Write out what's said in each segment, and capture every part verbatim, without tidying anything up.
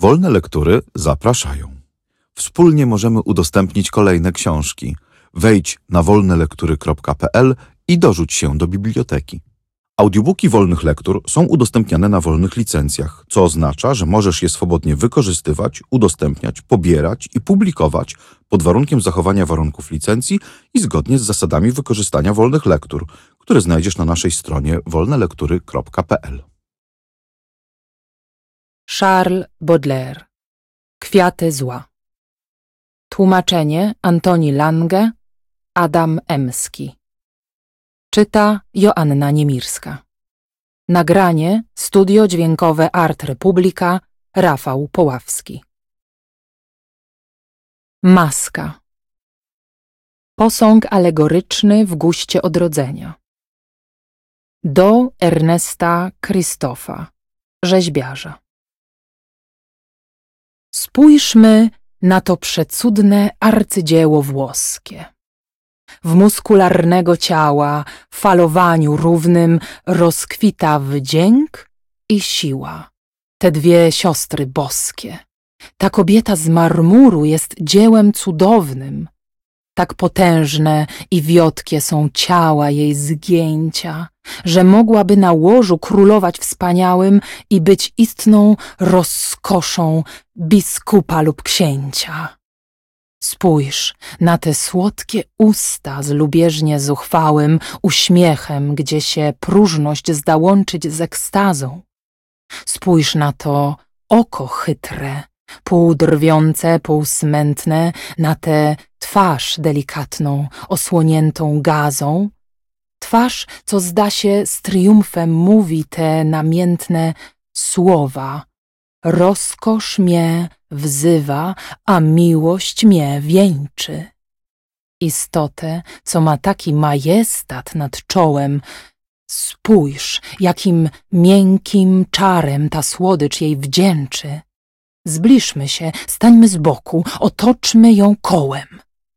Wolne Lektury zapraszają. Wspólnie możemy udostępnić kolejne książki. Wejdź na wolne lektury kropka p l i dorzuć się do biblioteki. Audiobooki Wolnych Lektur są udostępniane na wolnych licencjach, co oznacza, że możesz je swobodnie wykorzystywać, udostępniać, pobierać i publikować pod warunkiem zachowania warunków licencji i zgodnie z zasadami wykorzystania wolnych lektur, które znajdziesz na naszej stronie wolne lektury kropka p l. Charles Baudelaire. Kwiaty zła. Tłumaczenie Antoni Lange, Adam Emski. Czyta Joanna Niemirska. Nagranie Studio Dźwiękowe Art Republika, Rafał Poławski. Maska. Posąg alegoryczny w guście odrodzenia. Do Ernesta Krzysztofa, rzeźbiarza. Spójrzmy na to przecudne arcydzieło włoskie. W muskularnego ciała, falowaniu równym rozkwita wdzięk i siła. Te dwie siostry boskie. Ta kobieta z marmuru jest dziełem cudownym. Tak potężne i wiotkie są ciała jej zgięcia, że mogłaby na łożu królować wspaniałym i być istną rozkoszą biskupa lub księcia. Spójrz na te słodkie usta z lubieżnie zuchwałym uśmiechem, gdzie się próżność zda łączyć z ekstazą. Spójrz na to oko chytre, półdrwiące, półsmętne, na tę twarz delikatną, osłoniętą gazą. Twarz, co zda się z triumfem mówi te namiętne słowa. Rozkosz mnie wzywa, a miłość mnie wieńczy. Istotę, co ma taki majestat nad czołem. Spójrz, jakim miękkim czarem ta słodycz jej wdzięczy. Zbliżmy się, stańmy z boku, otoczmy ją kołem.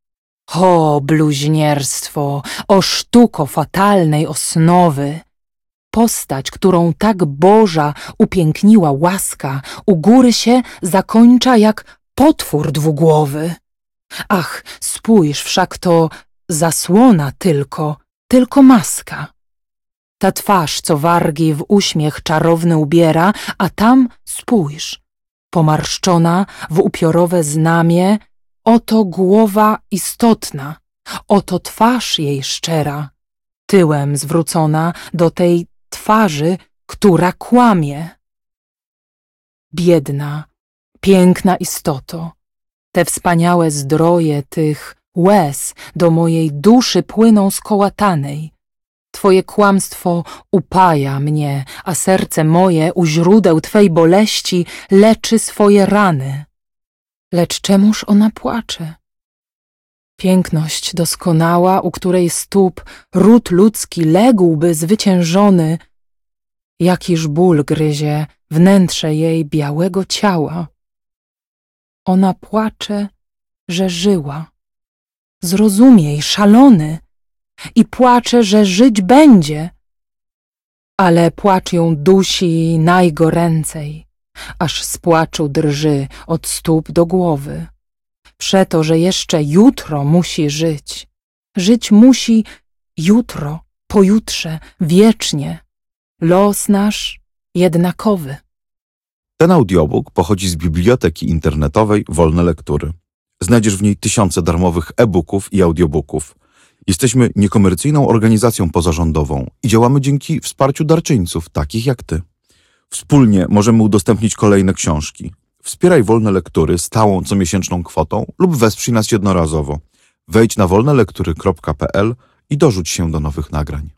O bluźnierstwo, o sztuko fatalnej osnowy! Postać, którą tak Boża upiękniła łaska, u góry się zakończa jak potwór dwugłowy. Ach, spójrz, wszak to zasłona tylko, tylko maska. Ta twarz, co wargi w uśmiech czarowny ubiera, a tam spójrz, pomarszczona w upiorowe znamie, oto głowa istotna, oto twarz jej szczera, tyłem zwrócona do tej twarzy, która kłamie. Biedna, piękna istoto, te wspaniałe zdroje tych łez do mojej duszy płyną skołatanej. Twoje kłamstwo upaja mnie, a serce moje u źródeł Twej boleści leczy swoje rany. Lecz czemuż ona płacze? Piękność doskonała, u której stóp ród ludzki ległby zwyciężony, jakiż ból gryzie wnętrze jej białego ciała. Ona płacze, że żyła. Zrozumiej, szalony, i płacze, że żyć będzie, ale płacz ją dusi najgoręcej, aż z płaczu drży od stóp do głowy. Przeto, że jeszcze jutro musi żyć. Żyć musi jutro, pojutrze, wiecznie. Los nasz jednakowy. Ten audiobook pochodzi z biblioteki internetowej Wolne Lektury. Znajdziesz w niej tysiące darmowych e-booków i audiobooków. Jesteśmy niekomercyjną organizacją pozarządową i działamy dzięki wsparciu darczyńców, takich jak Ty. Wspólnie możemy udostępnić kolejne książki. Wspieraj Wolne Lektury stałą comiesięczną kwotą lub wesprzyj nas jednorazowo. Wejdź na wolne lektury kropka p l i dorzuć się do nowych nagrań.